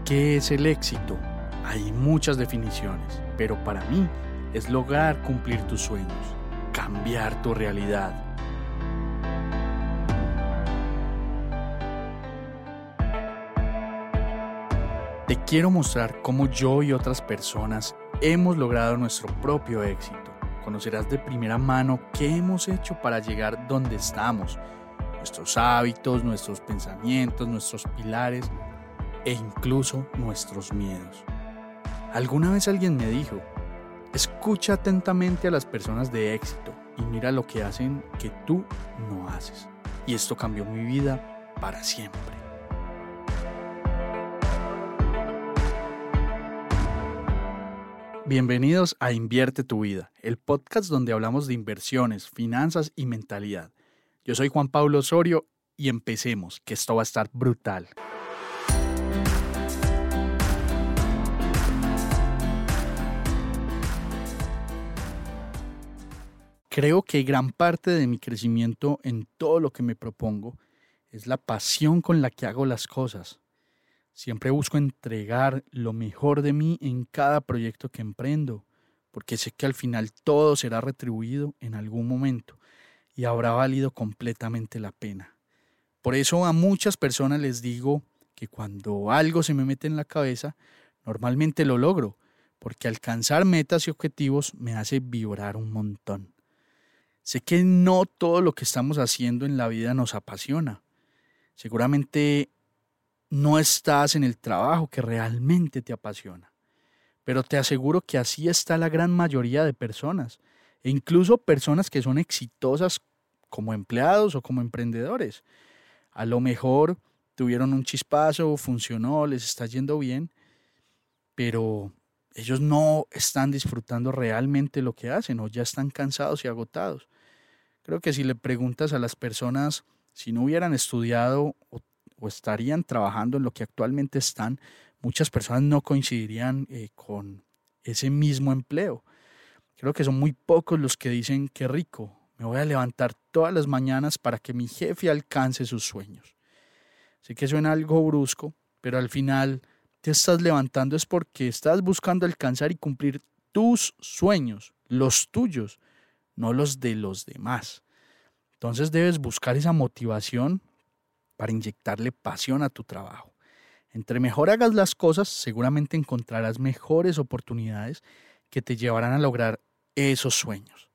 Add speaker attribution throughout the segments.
Speaker 1: ¿Qué es el éxito? Hay muchas definiciones, pero para mí es lograr cumplir tus sueños, cambiar tu realidad. Te quiero mostrar cómo yo y otras personas hemos logrado nuestro propio éxito. Conocerás de primera mano qué hemos hecho para llegar donde estamos, nuestros hábitos, nuestros pensamientos, nuestros pilares e incluso nuestros miedos. Alguna vez alguien me dijo, escucha atentamente a las personas de éxito y mira lo que hacen que tú no haces. Y esto cambió mi vida para siempre. Bienvenidos a Invierte tu Vida, el podcast donde hablamos de inversiones, finanzas y mentalidad. Yo soy Juan Pablo Osorio y empecemos, que esto va a estar brutal. Creo que gran parte de mi crecimiento en todo lo que me propongo es la pasión con la que hago las cosas. Siempre busco entregar lo mejor de mí en cada proyecto que emprendo, porque sé que al final todo será retribuido en algún momento y habrá valido completamente la pena. Por eso a muchas personas les digo que cuando algo se me mete en la cabeza, normalmente lo logro, porque alcanzar metas y objetivos me hace vibrar un montón. Sé que no todo lo que estamos haciendo en la vida nos apasiona. Seguramente no estás en el trabajo que realmente te apasiona. Pero te aseguro que así está la gran mayoría de personas. E incluso personas que son exitosas como empleados o como emprendedores. A lo mejor tuvieron un chispazo, funcionó, les está yendo bien. Pero ellos no están disfrutando realmente lo que hacen o ya están cansados y agotados. Creo que si le preguntas a las personas si no hubieran estudiado o estarían trabajando en lo que actualmente están, muchas personas no coincidirían con ese mismo empleo. Creo que son muy pocos los que dicen qué rico, me voy a levantar todas las mañanas para que mi jefe alcance sus sueños. Sé que suena algo brusco, pero al final te estás levantando es porque estás buscando alcanzar y cumplir tus sueños, los tuyos, no los de los demás. Entonces debes buscar esa motivación para inyectarle pasión a tu trabajo. Entre mejor hagas las cosas, seguramente encontrarás mejores oportunidades que te llevarán a lograr esos sueños.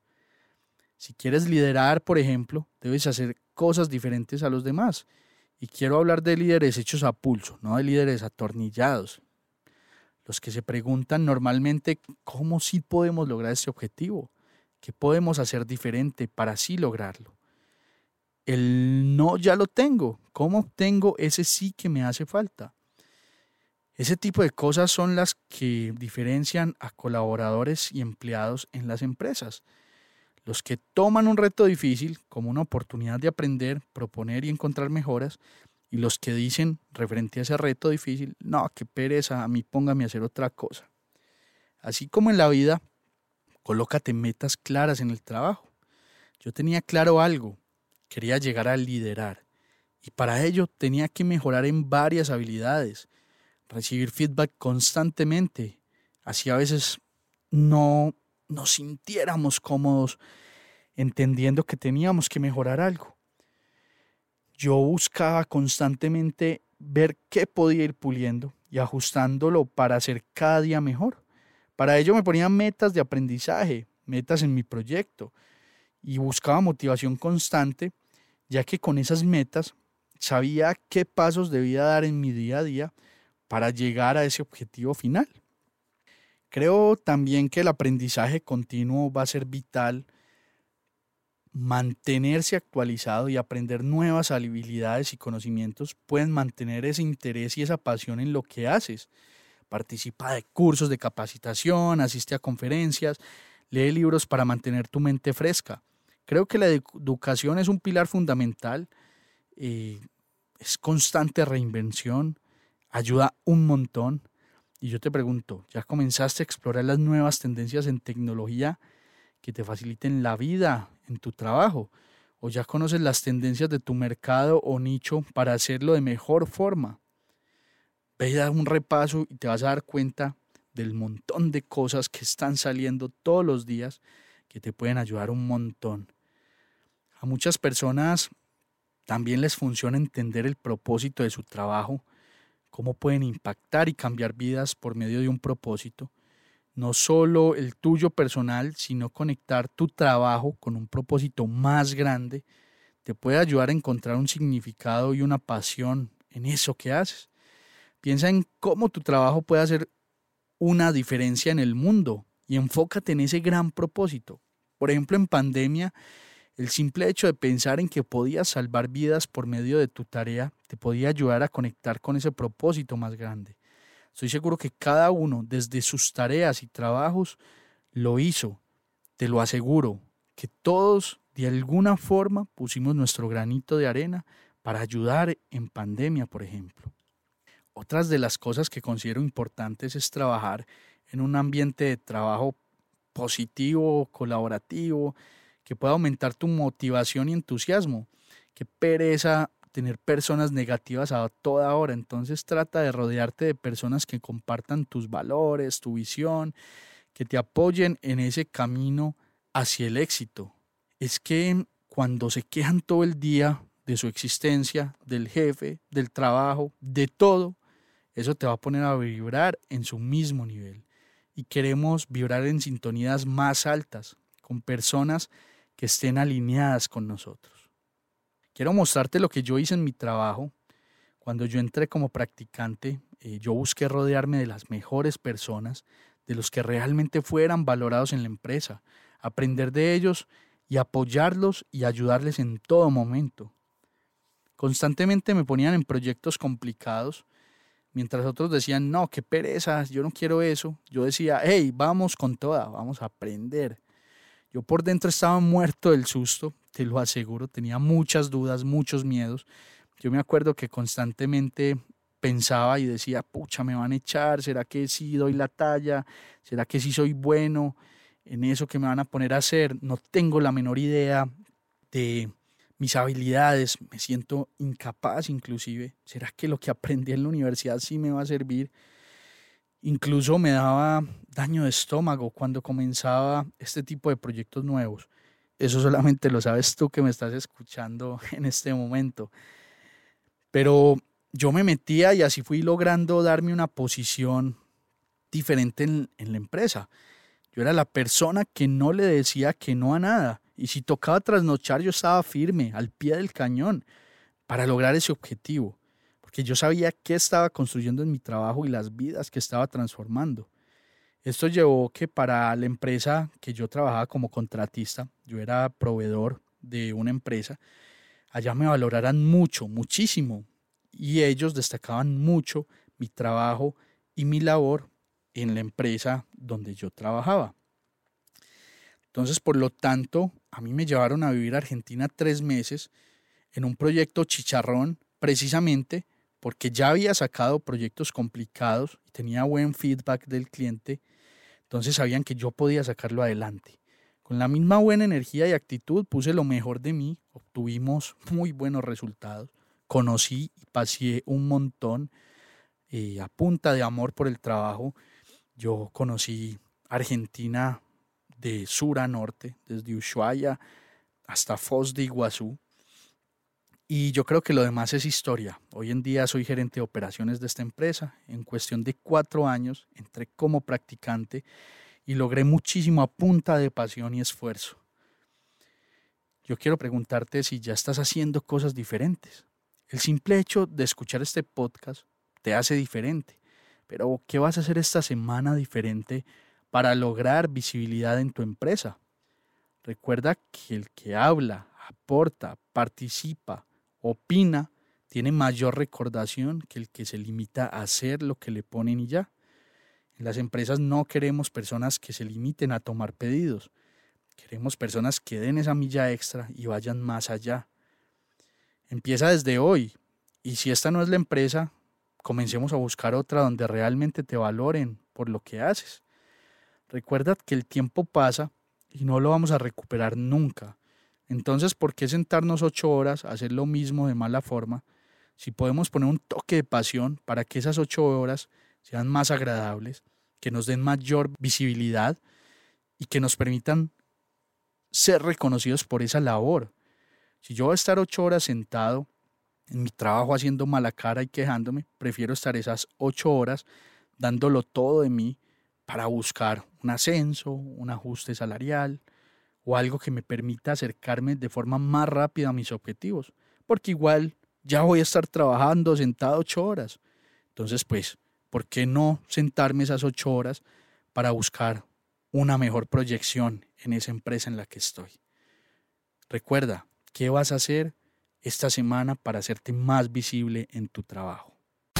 Speaker 1: Si quieres liderar, por ejemplo, debes hacer cosas diferentes a los demás. Y quiero hablar de líderes hechos a pulso, no de líderes atornillados. Los que se preguntan normalmente cómo sí podemos lograr este objetivo. ¿Qué podemos hacer diferente para así lograrlo? El no ya lo tengo. ¿Cómo obtengo ese sí que me hace falta? Ese tipo de cosas son las que diferencian a colaboradores y empleados en las empresas. Los que toman un reto difícil como una oportunidad de aprender, proponer y encontrar mejoras, y los que dicen referente a ese reto difícil, no, qué pereza, a mí póngame a hacer otra cosa. Así como en la vida, colócate metas claras en el trabajo. Yo tenía claro algo, quería llegar a liderar y para ello tenía que mejorar en varias habilidades, recibir feedback constantemente, así a veces no nos sintiéramos cómodos entendiendo que teníamos que mejorar algo. Yo buscaba constantemente ver qué podía ir puliendo y ajustándolo para hacer cada día mejor. Para ello me ponía metas de aprendizaje, metas en mi proyecto y buscaba motivación constante, ya que con esas metas sabía qué pasos debía dar en mi día a día para llegar a ese objetivo final. Creo también que el aprendizaje continuo va a ser vital, mantenerse actualizado y aprender nuevas habilidades y conocimientos pueden mantener ese interés y esa pasión en lo que haces. Participa de cursos de capacitación, asiste a conferencias, lee libros para mantener tu mente fresca. Creo que la educación es un pilar fundamental, es constante reinvención, ayuda un montón. Y yo te pregunto, ¿ya comenzaste a explorar las nuevas tendencias en tecnología que te faciliten la vida en tu trabajo? ¿O ya conoces las tendencias de tu mercado o nicho para hacerlo de mejor forma? Ve y da un repaso y te vas a dar cuenta del montón de cosas que están saliendo todos los días que te pueden ayudar un montón. A muchas personas también les funciona entender el propósito de su trabajo, cómo pueden impactar y cambiar vidas por medio de un propósito. No solo el tuyo personal, sino conectar tu trabajo con un propósito más grande te puede ayudar a encontrar un significado y una pasión en eso que haces. Piensa en cómo tu trabajo puede hacer una diferencia en el mundo y enfócate en ese gran propósito. Por ejemplo, en pandemia, el simple hecho de pensar en que podías salvar vidas por medio de tu tarea te podía ayudar a conectar con ese propósito más grande. Estoy seguro que cada uno, desde sus tareas y trabajos, lo hizo. Te lo aseguro, que todos de alguna forma pusimos nuestro granito de arena para ayudar en pandemia, por ejemplo. Otras de las cosas que considero importantes es trabajar en un ambiente de trabajo positivo, colaborativo, que pueda aumentar tu motivación y entusiasmo. Qué pereza tener personas negativas a toda hora. Entonces trata de rodearte de personas que compartan tus valores, tu visión, que te apoyen en ese camino hacia el éxito. Es que cuando se quejan todo el día de su existencia, del jefe, del trabajo, de todo, eso te va a poner a vibrar en su mismo nivel. Y queremos vibrar en sintonías más altas, con personas que estén alineadas con nosotros. Quiero mostrarte lo que yo hice en mi trabajo. Cuando yo entré como practicante, yo busqué rodearme de las mejores personas, de los que realmente fueran valorados en la empresa, aprender de ellos y apoyarlos y ayudarles en todo momento. Constantemente me ponían en proyectos complicados, mientras otros decían, no, qué pereza, yo no quiero eso. Yo decía, hey, vamos con toda, vamos a aprender. Yo por dentro estaba muerto del susto, te lo aseguro, tenía muchas dudas, muchos miedos. Yo me acuerdo que constantemente pensaba y decía, pucha, me van a echar, ¿será que sí doy la talla? ¿Será que sí soy bueno en eso que me van a poner a hacer? No tengo la menor idea de mis habilidades, me siento incapaz inclusive. ¿Será que lo que aprendí en la universidad sí me va a servir? Incluso me daba daño de estómago cuando comenzaba este tipo de proyectos nuevos. Eso solamente lo sabes tú que me estás escuchando en este momento. Pero yo me metía y así fui logrando darme una posición diferente en la empresa. Yo era la persona que no le decía que no a nada. Y si tocaba trasnochar, yo estaba firme, al pie del cañón, para lograr ese objetivo. Porque yo sabía qué estaba construyendo en mi trabajo y las vidas que estaba transformando. Esto llevó que para la empresa que yo trabajaba como contratista, yo era proveedor de una empresa, allá me valoraran mucho, muchísimo. Y ellos destacaban mucho mi trabajo y mi labor en la empresa donde yo trabajaba. Entonces, por lo tanto, a mí me llevaron a vivir a Argentina 3 meses en un proyecto chicharrón, precisamente porque ya había sacado proyectos complicados y tenía buen feedback del cliente, entonces sabían que yo podía sacarlo adelante. Con la misma buena energía y actitud puse lo mejor de mí, obtuvimos muy buenos resultados, conocí y paseé un montón a punta de amor por el trabajo. Yo conocí Argentina de sur a norte, desde Ushuaia hasta Foz de Iguazú. Y yo creo que lo demás es historia. Hoy en día soy gerente de operaciones de esta empresa. En cuestión de 4 años entré como practicante y logré muchísimo a punta de pasión y esfuerzo. Yo quiero preguntarte si ya estás haciendo cosas diferentes. El simple hecho de escuchar este podcast te hace diferente. Pero, ¿qué vas a hacer esta semana diferente para lograr visibilidad en tu empresa? Recuerda que el que habla, aporta, participa, opina, tiene mayor recordación que el que se limita a hacer lo que le ponen y ya. En las empresas no queremos personas que se limiten a tomar pedidos. Queremos personas que den esa milla extra y vayan más allá. Empieza desde hoy. Y si esta no es la empresa, comencemos a buscar otra donde realmente te valoren por lo que haces. Recuerda que el tiempo pasa y no lo vamos a recuperar nunca. Entonces, ¿por qué sentarnos 8 horas a hacer lo mismo de mala forma si podemos poner un toque de pasión para que esas 8 horas sean más agradables, que nos den mayor visibilidad y que nos permitan ser reconocidos por esa labor. Si yo voy a estar 8 horas sentado en mi trabajo haciendo mala cara y quejándome, prefiero estar esas 8 horas dándolo todo de mí para buscar un ascenso, un ajuste salarial o algo que me permita acercarme de forma más rápida a mis objetivos, porque igual ya voy a estar trabajando sentado 8 horas. Entonces, pues, ¿por qué no sentarme esas 8 horas para buscar una mejor proyección en esa empresa en la que estoy? Recuerda, ¿qué vas a hacer esta semana para hacerte más visible en tu trabajo?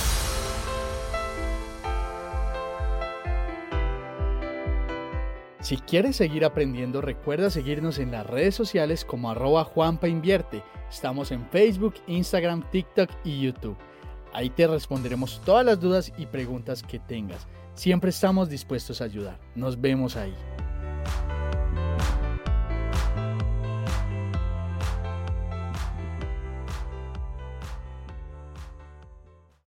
Speaker 1: Si quieres seguir aprendiendo, recuerda seguirnos en las redes sociales como @JuanpaInvierte. Estamos en Facebook, Instagram, TikTok y YouTube. Ahí te responderemos todas las dudas y preguntas que tengas. Siempre estamos dispuestos a ayudar. Nos vemos ahí.